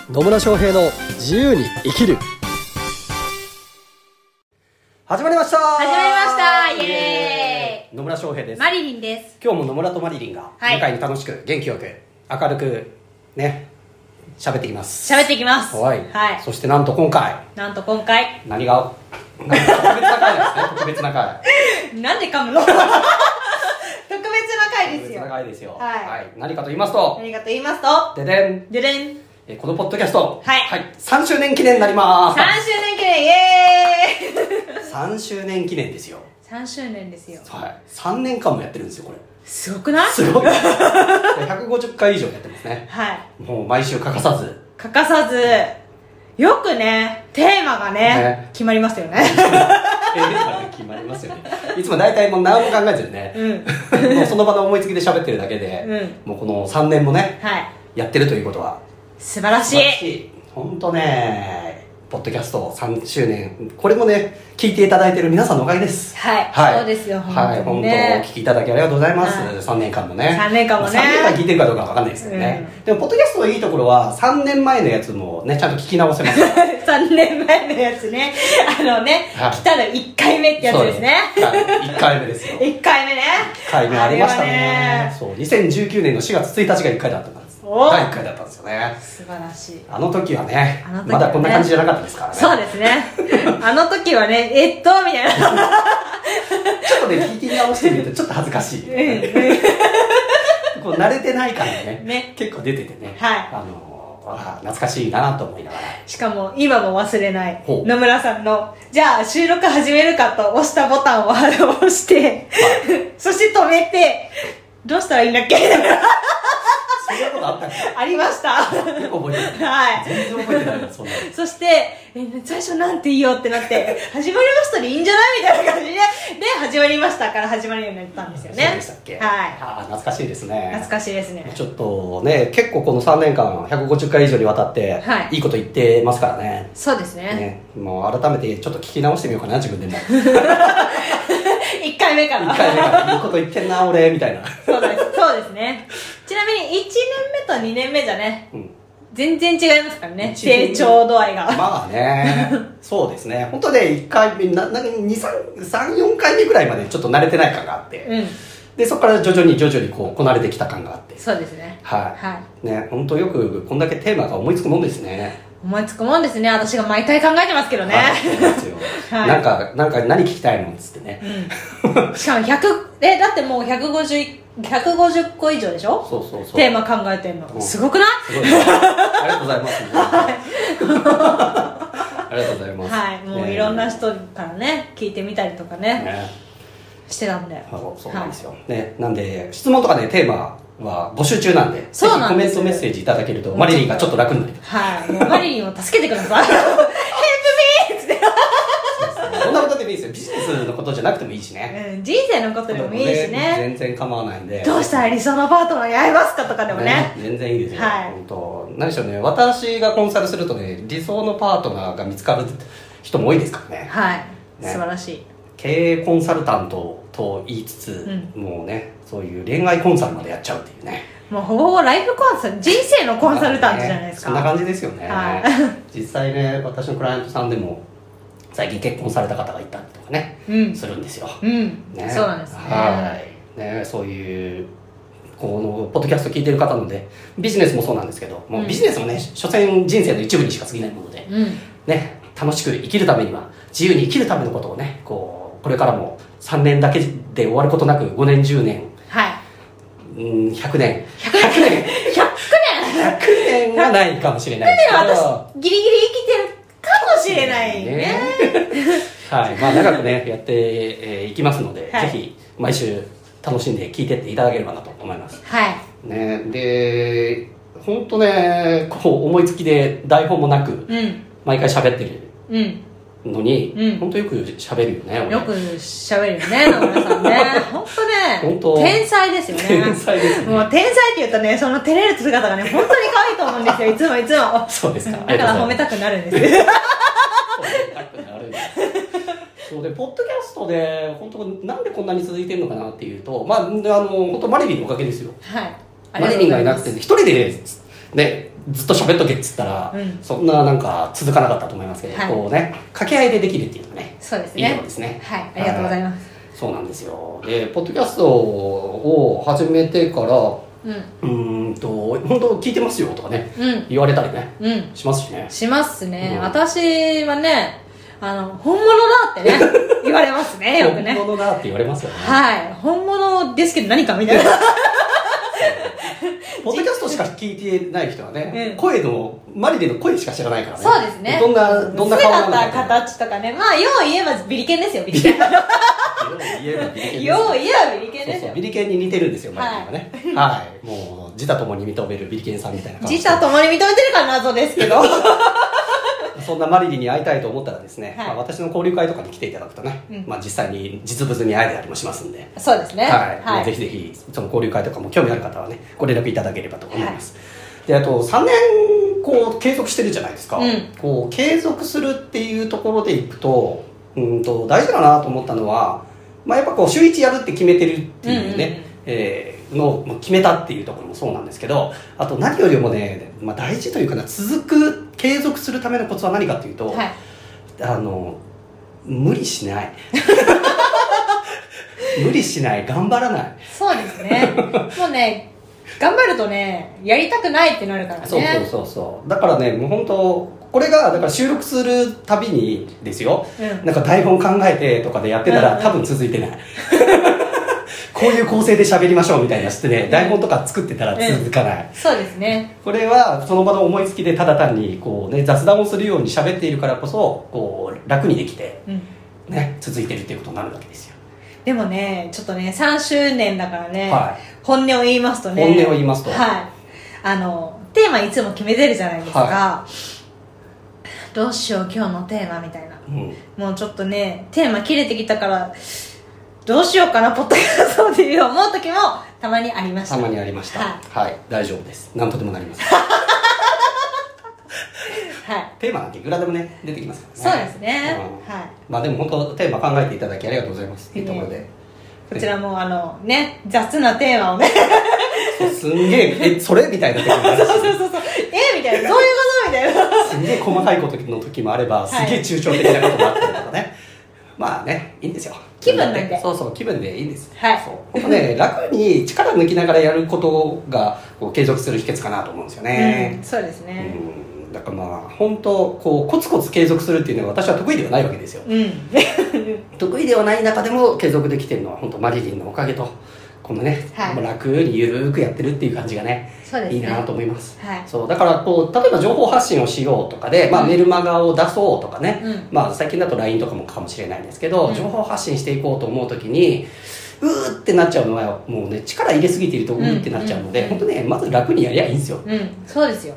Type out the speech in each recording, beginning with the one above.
野村翔平の自由に生きる。始まりましたイエーイ。 野村翔平です。 マリリンです。 今日も野村とマリリンが愉快に楽しく元気よく明るくね喋っていきます。 喋っていきます。 はい、 はい、 そしてなんと今回何が特別な回なんですね。特別な回なんで噛むの特別な回ですよ。 特別な回ですよ。 はい、 はい、何かと言いますとででんででん、 このポッドキャスト、 はい 3周年記念になります。 3周年記念、イエーイ 3周年記念ですよ。 3周年ですよ。 はい、3年間もやってるんですよ。これすごくない？ すごい150回以上やってますね。 はい、 もう毎週欠かさずよくねテーマがね決まりますよね。 テーマが決まりますよね。いつも大体もう何も考えずにね、もうその場の思いつきで喋ってるだけで、もうこの3年もね、やってるということは素晴らしい。 本当ね、ポッドキャスト3周年、これもね聞いていただいてる皆さんのおかげです。 はい、そうですよ。 はい、本当お聞きいただきありがとうございます。3年間もね。 3年間聞いてるかどうかわかんないですけどね。でもポッドキャストのいいところは3年前のやつもねちゃんと聞き直せます。 3年前のやつね、来たの1回目ってやつですね。 1回目ですよ。 1回目ね。 1回目ありましたね。そう、2019年の4月1日が1回だったんです。第1回だったんですよね。 素晴らしい。 あの時はね、まだこんな感じじゃなかったですからね。 そうですね。あの時はね、みたいな。ちょっとね、聞き直してみるとちょっと恥ずかしい。こう慣れてないからね、結構出ててね。懐かしいなと思いながら。 しかも今も忘れない野村さんのじゃあ収録始めるかと押したボタンを押して、そして止めてどうしたらいいんだっけ。 そんなことあったっけ？ ありました。 結構覚えてない。 はい。 全然覚えてないな、そんな。 そして、最初なんて言いようってなって、始まりましたでいいんじゃないみたいな感じで、始まりましたから始まるようになったんですよね。 そうでしたっけ？はい。懐かしいですね。 懐かしいですね。 ちょっとね、結構この3年間、150回以上にわたって、いいこと言ってますからね。 そうですね。 もう改めてちょっと聞き直してみようかな、自分でも。 1回目から。 1回目から、いいこと言ってんな、俺、みたいな。 そうですね。ちなみに1年目と2年目じゃね、全然違いますからね、成長度合いが。まあね、そうですね。本当ね、1回目、3、4回目ぐらいまでちょっと慣れてない感があって、で、そこから徐々にこなれてきた感があって。 そうですね。 はい。ね、本当よくこんだけテーマが思いつくもんですね。 思いつくもんですね。私が毎回考えてますけどね。 なんか何聞きたいのっつってね。 しかもだってもう150個以上でしょ。 そうテーマ考えてんの、すごくない？ すごい。ありがとうございます。ありがとうございます。 はい、もういろんな人からね聞いてみたりとかねしてたんで。 そうなんですよ。ね、なんで質問とかねテーマは募集中なんで、ぜひコメントメッセージいただけるとマリリンがちょっと楽になる。 はい、もうマリリンを助けてください。ヘルプミーって。 こんなことでもいいですよ。ビジネスのことじゃなくてもいいしね。 人生のことでもいいしね。 全然構わないんで。 どうしたら理想のパートナーに会えますかとかでもね。 全然いいですよ。本当何でしょうね。私がコンサルするとね、理想のパートナーが見つかる人も多いですからね。 はい。素晴らしい。 経営コンサルタントと言いつつ、もうね、そういう恋愛コンサルまでやっちゃうっていうね。 もうほぼほぼライフコンサル、人生のコンサルタントじゃないですか。 そんな感じですよね。実際ね、私のクライアントさんでも最近結婚された方がいたりとかね、するんですよ。 そうなんですね。 はい。ね、そういうこのポッドキャスト聞いてる方なので、ビジネスもそうなんですけど、もうビジネスもね、所詮人生の一部にしか過ぎないもので、ね、楽しく生きるためには、自由に生きるためのことをね、これからも3年だけで終わることなく5年10年、100年はないかもしれないですけど、 私ギリギリ生きてるかもしれないね。 はい、まあ長くねやっていきますので、ぜひ毎週楽しんで聞いてっていただければなと思います。ね、で本当ね、こう思いつきで台本もなく毎回喋ってるのに、本当よく喋るよね。 よく喋るよね、野村さんね。本当ね、天才ですよね。 天才ですね。 もう天才って言うとね、その照れる姿がね、本当に可愛いと思うんですよ。いつも。 そうですか。 だから褒めたくなるんですよ。 そうで、ポッドキャストで本当なんでこんなに続いてるのかなっていうと、まあ本当マリリンのおかげですよ。マリリンがいなくて一人でねずっと喋っとけっつったら、そんななんか続かなかったと思いますけど、こうね掛け合いでできるっていうのがね、 そうですね、 いいところですね。 はい、ありがとうございます。 そうなんですよ。でポッドキャストを始めてから本当聞いてますよとかね、言われたりね、しますしね。 しますね、私はね本物だってね言われますね、よくね。 本物だって言われますよね。 はい、本物ですけど何かみたいなポッドキャストしか聞いてない人はね、声のマリリンの声しか知らないからね。 そうですね。 どんな顔なのか、 形とかね、まあよう言えばビリケンですよ、ビリケン。よう言えばビリケンですよ。 ビリケンに似てるんですよ、マリリンはね。はい、もう自他ともに認めるビリケンさんみたいな感じ。 自他ともに認めてるから謎ですけど。 そんなマリリンに会いたいと思ったらですね、私の交流会とかに来ていただくとね、実際に実物に会えたりもしますんで。 そうですね。 はい、ぜひぜひその交流会とかも興味ある方はね、ご連絡いただければと思います。で、あと3年こう継続してるじゃないですか。こう継続するっていうところでいくと、大事だなと思ったのは、やっぱこう週1やるって決めてるっていうね、の決めたっていうところもそうなんですけど、あと何よりもね、大事というかな、継続するためのコツは何かっていうと、無理しない無理しない、頑張らない。 そうですね。もうね、頑張るとね、やりたくないってなるからね。 そうだからね、もう本当これがだから収録するたびにですよ、なんか台本考えてとかでやってたら、多分続いてないこういう構成で喋りましょうみたいなしてね、台本とか作ってたら続かない、 そうですね。 これはその場の思いつきでただ単にこう、ね、雑談をするように喋っているからこそこう楽にできて、続いてるっていうことになるわけですよ。 でもね、ちょっとね、3周年だからね、本音を言いますとね、テーマいつも決めてるじゃないですか、どうしよう今日のテーマみたいな、もうちょっとね、テーマ切れてきたからどうしようかなポッドキャストっていう思う時もたまにありました。 たまにありました。はい、大丈夫です。何とでもなります。テーマなんていくらでもね出てきますからね。 そうですね。 でも本当テーマ考えていただきありがとうございます。いいところで。 こちらもね、雑なテーマをね。 すんげえそれみたいな時もあるし。 そうみたいな、どういうことみたいな。 すんげえ細かいことの時もあれば、すげえ抽象的なこともあったりとかね。まあね、いいんですよ。 気分なんで。 そう気分でいいんです。本当ね、楽に力抜きながらやることがこう継続する秘訣かなと思うんですよね。 そうですね。 だから本当こうコツコツ継続するっていうのは私は得意ではないわけですよ。得意ではない中でも継続できてるのは本当マリリンのおかげと、このね、楽にゆるくやってるっていう感じがね、いいなと思います。そうだからこう例えば情報発信をしようとかで、メルマガを出そうとかね、最近だと LINE とかもかもしれないんですけど、情報発信していこうと思うときにうーってなっちゃうのはもうね、力入れすぎているとうーってなっちゃうので、本当ね、まず楽にやりゃいいんですよ。 そうですよ。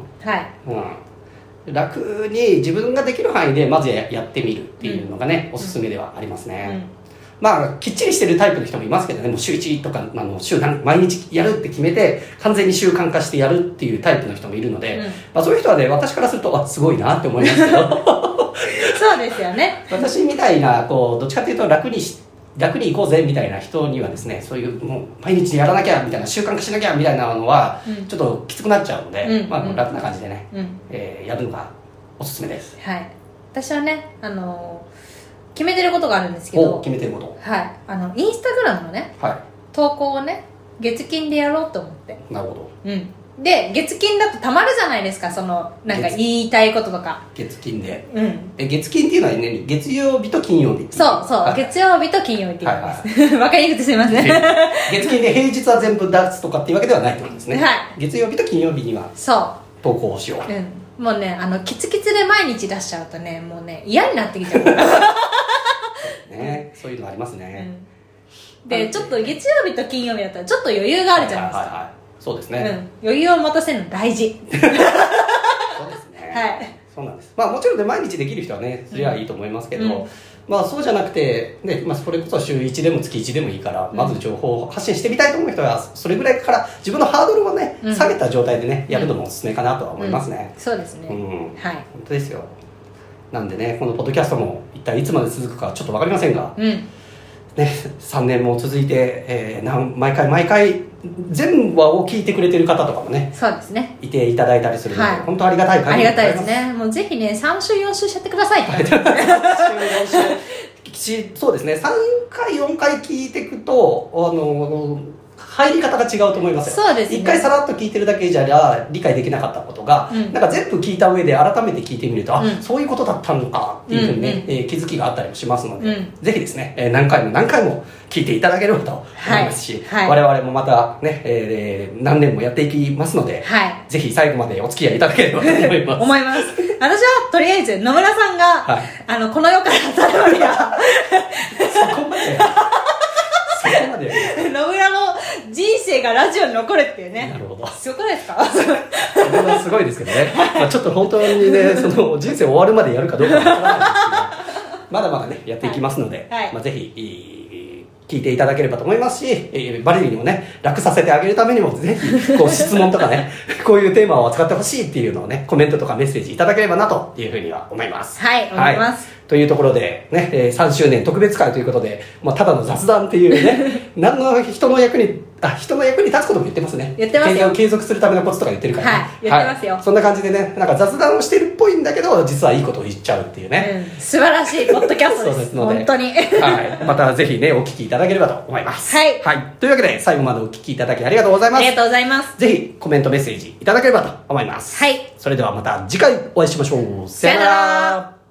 楽に自分ができる範囲でまずやってみるっていうのがね、おすすめではありますね。きっちりしてるタイプの人もいますけどね、もう週1とか毎日やるって決めて完全に習慣化してやるっていうタイプの人もいるので、そういう人はね、私からするとすごいなって思いますけどそうですよね。 私みたいなこうどっちかっていうと楽に行こうぜみたいな人にはですね、そういうもう毎日やらなきゃみたいな、習慣化しなきゃみたいなのはちょっときつくなっちゃうので、楽な感じでね、やるのがおすすめです。 私はね、決めてることがあるんですけど、 決めてること、 インスタグラムのね、投稿をね、月金でやろうと思って。 なるほど。 で、月金だとたまるじゃないですか、なんか言いたいこととか。 月金で。月金っていうのはね、月曜日と金曜日。 そう、月曜日と金曜日って言います。わかりにくくてすいません。 月金で平日は全部出すとかっていうわけではないってことですね。月曜日と金曜日には投稿をしよう。 もうね、キツキツで毎日出しちゃうとね、もうね、嫌になってきちゃう。 そういうのありますね。 で、ちょっと月曜日と金曜日だったらちょっと余裕があるじゃないですか。 そうですね。 余裕を持たせるの大事。 そうですね。そうなんです。もちろんね、毎日できる人はね、それはいいと思いますけど、そうじゃなくてね、それこそ週1でも月1でもいいから、まず情報発信してみたいと思う人はそれぐらいから自分のハードルをね、下げた状態でね、やるのもおすすめかなとは思いますね。 そうですね。 本当ですよ。なんでね、このポッドキャストも一体いつまで続くかちょっと分かりませんが、3年も続いて、毎回全話を聞いてくれてる方とかもね、 そうですね、 いていただいたりするので、 はい、 本当ありがたい限りでございます。 ありがたいですね。もうぜひね、3週4週しちゃってくださいって。 そうですね、3回4回聞いていくと入り方が違うと思いますよ。 そうですね。 一回さらっと聞いてるだけじゃ理解できなかったことが、なんか全部聞いた上で改めて聞いてみると、そういうことだったのかっていうふうにね、気づきがあったりもしますので、ぜひですね、何回も何回も聞いていただければと思いますし、我々もまたね、何年もやっていきますので、ぜひ最後までお付き合いいただければと思います。 思います。私はとりあえず野村さんが、この世から去るまではそこまで野村の人生がラジオに残るっていうね。 なるほど。 すごくないですか？ それはすごいですけどね。ちょっと本当にね、その人生終わるまでやるかどうかわからないですけど、まだまだね、やっていきますので、ぜひ、聞いていただければと思いますし、バレリーにもね、楽させてあげるためにも、ぜひ、こう質問とかね、こういうテーマを扱ってほしいっていうのをね、コメントとかメッセージいただければなというふうには思います。 はい、思います。 というところで、ね、3周年特別会ということで、ただの雑談っていうね、何の人の役に立つことも言ってますね。 言ってますよ。 継続するためのコツとか言ってるからね。 言ってますよ。 そんな感じでね、なんか雑談をしてるっぽいんだけど、実はいいことを言っちゃうっていうね。 素晴らしいポッドキャストです。そうですので。本当に。 またぜひね、お聞きいただければと思います。 はい。 というわけで、最後までお聞きいただきありがとうございます。 ありがとうございます。 ぜひ、コメントメッセージいただければと思います。それではまた次回お会いしましょう。 さよなら。